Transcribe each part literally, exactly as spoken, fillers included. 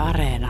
Areena.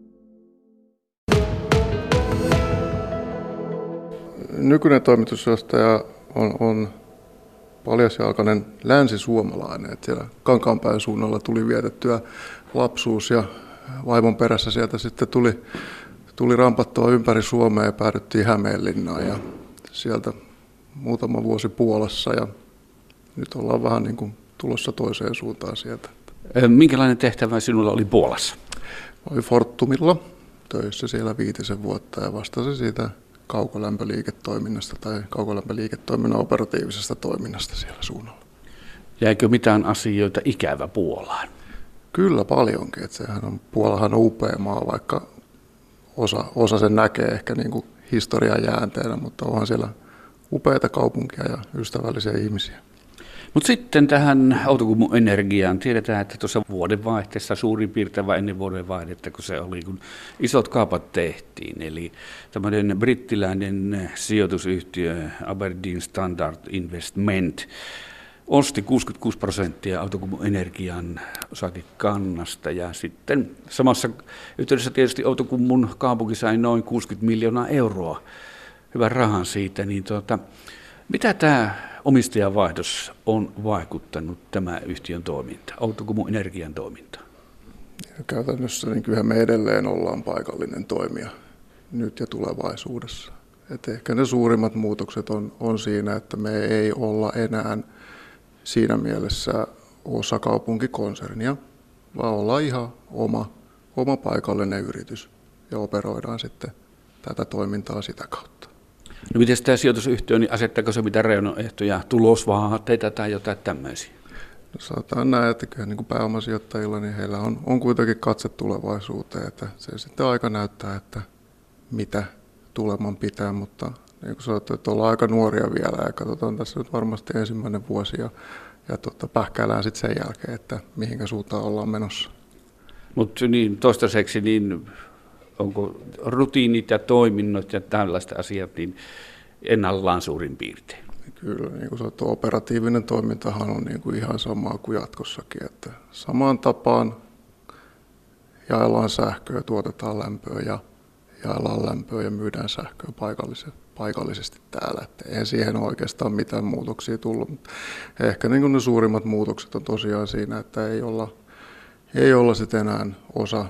Nykyinen toimitusjohtaja on, on paljasjalkainen länsisuomalainen. Että siellä Kankaanpään suunnalla tuli vietettyä lapsuus ja vaimon perässä sieltä sitten tuli, tuli rampattua ympäri Suomea ja päädyttiin Hämeenlinnaan ja sieltä muutama vuosi Puolassa ja nyt ollaan vähän niin kuin tulossa toiseen suuntaan sieltä. Minkälainen tehtävä sinulla oli Puolassa? Olin Fortumilla töissä siellä viitisen vuotta ja vastasin siitä kaukolämpöliiketoiminnasta tai kaukolämpöliiketoiminnan operatiivisesta toiminnasta siellä suunnalla. Jäikö mitään asioita ikävä Puolaan? Kyllä paljonkin. Että sehän on, Puolahan on upea maa, vaikka osa, osa sen näkee ehkä niin kuin historian jäänteenä, mutta onhan siellä upeita kaupunkia ja ystävällisiä ihmisiä. Mutta sitten tähän Outokummun Energiaan. Tiedetään, että tuossa vuodenvaihteessa suurin piirtein vai ennen vuodenvaihdetta, kun se oli, kun isot kaupat tehtiin. Eli tämmöinen brittiläinen sijoitusyhtiö Aberdeen Standard Investment osti kuusikymmentäkuusi prosenttia Outokummun Energian osakekannasta ja sitten samassa yhteydessä tietysti Outokummun kaupunki sai noin kuusikymmentä miljoonaa euroa hyvän rahan siitä. Niin tuota, mitä tämä omistajavaihdos on vaikuttanut tämä yhtiön toiminta, Outokummun Energian toiminta? Käytännössä niin kyllä me edelleen ollaan paikallinen toimija nyt ja tulevaisuudessa. Et ehkä ne suurimmat muutokset on, on siinä, että me ei olla enää siinä mielessä osa kaupunkikonsernia, vaan ollaan ihan oma, oma paikallinen yritys ja operoidaan sitten tätä toimintaa sitä kautta. No miten tämä sijoitusyhtiö, niin asettaako se mitä reunaehtoja, tulosvaateita tai jotain tämmöisiä? No sanotaan näin, että kyllä niin kuin pääomasijoittajilla niin heillä on, on kuitenkin katse tulevaisuuteen, että se sitten aika näyttää, että mitä tuleman pitää, mutta niin kuin sanottu, että ollaan aika nuoria vielä ja katsotaan tässä nyt varmasti ensimmäinen vuosi ja, ja tuota, pähkäillään sitten sen jälkeen, että mihinkä suuntaan ollaan menossa. Mutta niin, toistaiseksi niin onko rutiinit ja toiminnot ja tällaiset asiat niin ennallaan suurin piirtein? Kyllä, niin kuin sanottu, operatiivinen toimintahan on niin kuin ihan samaa kuin jatkossakin, että samaan tapaan jaellaan sähköä, tuotetaan lämpöä ja jaellaan lämpöä ja myydään sähköä paikallisesti täällä. Että ei siihen ole oikeastaan mitään muutoksia tullut. Mutta ehkä niin kuin ne suurimmat muutokset on tosiaan siinä, että ei olla, ei olla sitten enää osa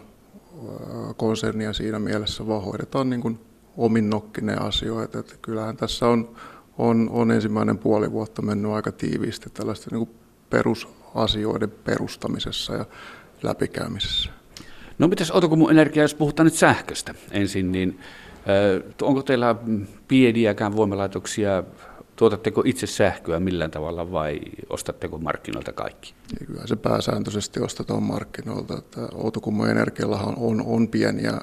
konsernia siinä mielessä, vaan hoidetaan niin kuin omin nokkineen asioita. Että kyllähän tässä on, on, on ensimmäinen puoli vuotta mennyt aika tiiviisti tällaisten niin kuin perusasioiden perustamisessa ja läpikäymisessä. No mitäs Outokummun Energia, jos puhutaan nyt sähköstä ensin, niin onko teillä pieniäkään voimalaitoksia, tuotatteko itse sähköä millään tavalla vai ostatteko markkinoilta kaikki? Ja kyllä se pääsääntöisesti ostetaan markkinoilta. Että Outokummun Energiallahan on, on pieniä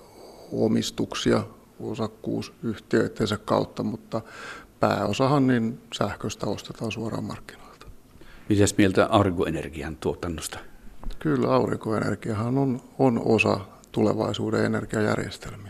omistuksia osakkuusyhtiöitensä kautta, mutta pääosahan niin sähköstä ostetaan suoraan markkinoilta. Mitäs mieltä aurinkoenergian tuotannosta? Kyllä aurinkoenergiahan on, on osa tulevaisuuden energiajärjestelmiä.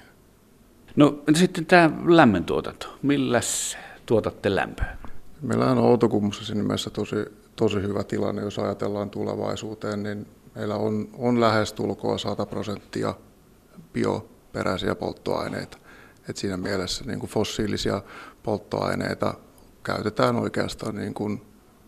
No sitten tämä lämmöntuotanto. Milläs tuotatte lämpöä? Meillä on Outokummussa siinä mielessä tosi, tosi hyvä tilanne, jos ajatellaan tulevaisuuteen, niin meillä on, on lähestulkoon sata prosenttia bioperäisiä polttoaineita. Et siinä mielessä niin kuin fossiilisia polttoaineita käytetään oikeastaan niin kuin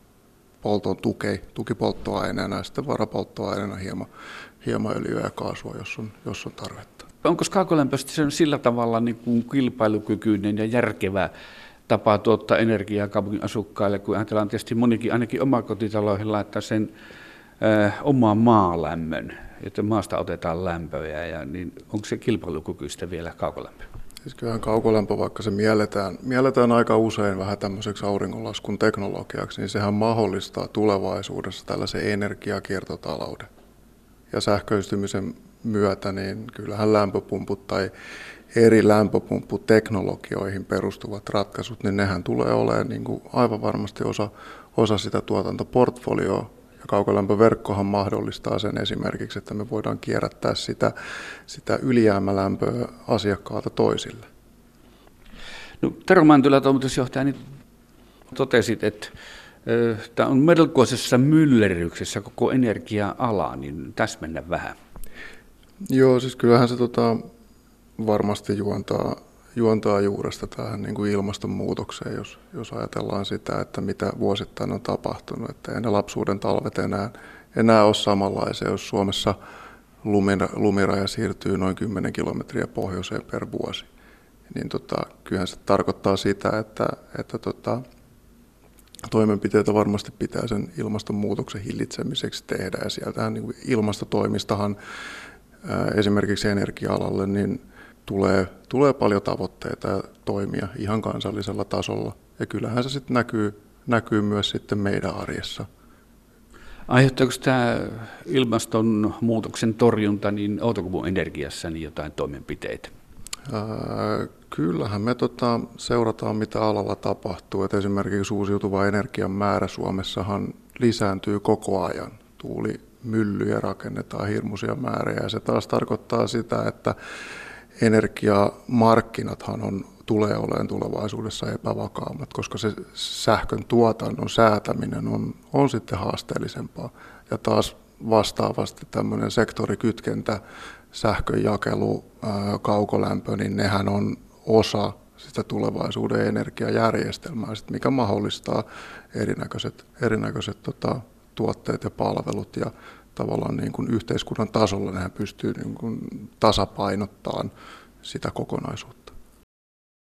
polton tuke, tukipolttoaineena ja sitten varapolttoaineena hieman, hieman öljyä ja kaasua, jos on, jos on tarvetta. Onko kaukolämpöstä se on sillä tavalla niin kuin kilpailukykyinen ja järkevä tapa tuottaa energiaa kaupungin asukkaille, kun ajatellaan tietysti monikin ainakin omakotitaloihin laittaa sen ö, oman maalämmön, että maasta otetaan lämpöä, ja niin onko se kilpailukykyistä vielä kaukolämpö? Siis kyllähän kaukolämpö, vaikka se mielletään, mielletään aika usein vähän tämmöiseksi auringonlaskun teknologiaksi, niin sehän mahdollistaa tulevaisuudessa tällaisen energiakiertotalouden. Ja sähköistymisen myötä, niin kyllähän lämpöpumput tai eri lämpöpumpputeknologioihin perustuvat ratkaisut, niin nehän tulee olemaan niin kuin aivan varmasti osa, osa sitä tuotantoportfolioa. Ja kaukolämpöverkkohan mahdollistaa sen esimerkiksi, että me voidaan kierrättää sitä, sitä ylijäämälämpöä asiakkaalta toisille. No, Tero Mäntylä, toimitusjohtaja, niin totesit, että äh, tämä on melkoisessa myllerryksessä koko energia-ala, niin täsmennä vähän. Joo, siis kyllähän se tota, varmasti juontaa, juontaa juuresta tähän niin kuin ilmastonmuutokseen, jos, jos ajatellaan sitä, että mitä vuosittain on tapahtunut. Että ei ne lapsuuden talvet enää, enää ole samanlaisia, jos Suomessa lumira, lumiraja siirtyy noin kymmenen kilometriä pohjoiseen per vuosi. Niin tota, kyllähän se tarkoittaa sitä, että, että tota, toimenpiteitä varmasti pitää sen ilmastonmuutoksen hillitsemiseksi tehdä. Ja sieltähän niin kuin ilmastotoimistahan ää, esimerkiksi energia-alalle niin tulee, tulee paljon tavoitteita ja toimia ihan kansallisella tasolla. Ja kyllähän se sitten näkyy, näkyy myös sitten meidän arjessa. Aiheuttaako tämä ilmastonmuutoksen torjunta niin Outokummun Energiassa niin jotain toimenpiteitä? Ää, kyllähän me tota, seurataan, mitä alalla tapahtuu. Et esimerkiksi uusiutuva energian määrä Suomessahan lisääntyy koko ajan. Tuulimyllyjä rakennetaan hirmuisia määriä ja se taas tarkoittaa sitä, että energiamarkkinathan on, tulee olemaan tulevaisuudessa epävakaammat, koska se sähkön tuotannon säätäminen on, on sitten haasteellisempaa. Ja taas vastaavasti tämmöinen sektorikytkentä, sähkönjakelu, ää, kaukolämpö, niin nehän on osa sitä tulevaisuuden energiajärjestelmää, sit mikä mahdollistaa erinäköiset, erinäköiset tota, tuotteet ja palvelut. Ja tavallaan niin kuin yhteiskunnan tasolla nehän pystyy niin kuin tasapainottamaan sitä kokonaisuutta.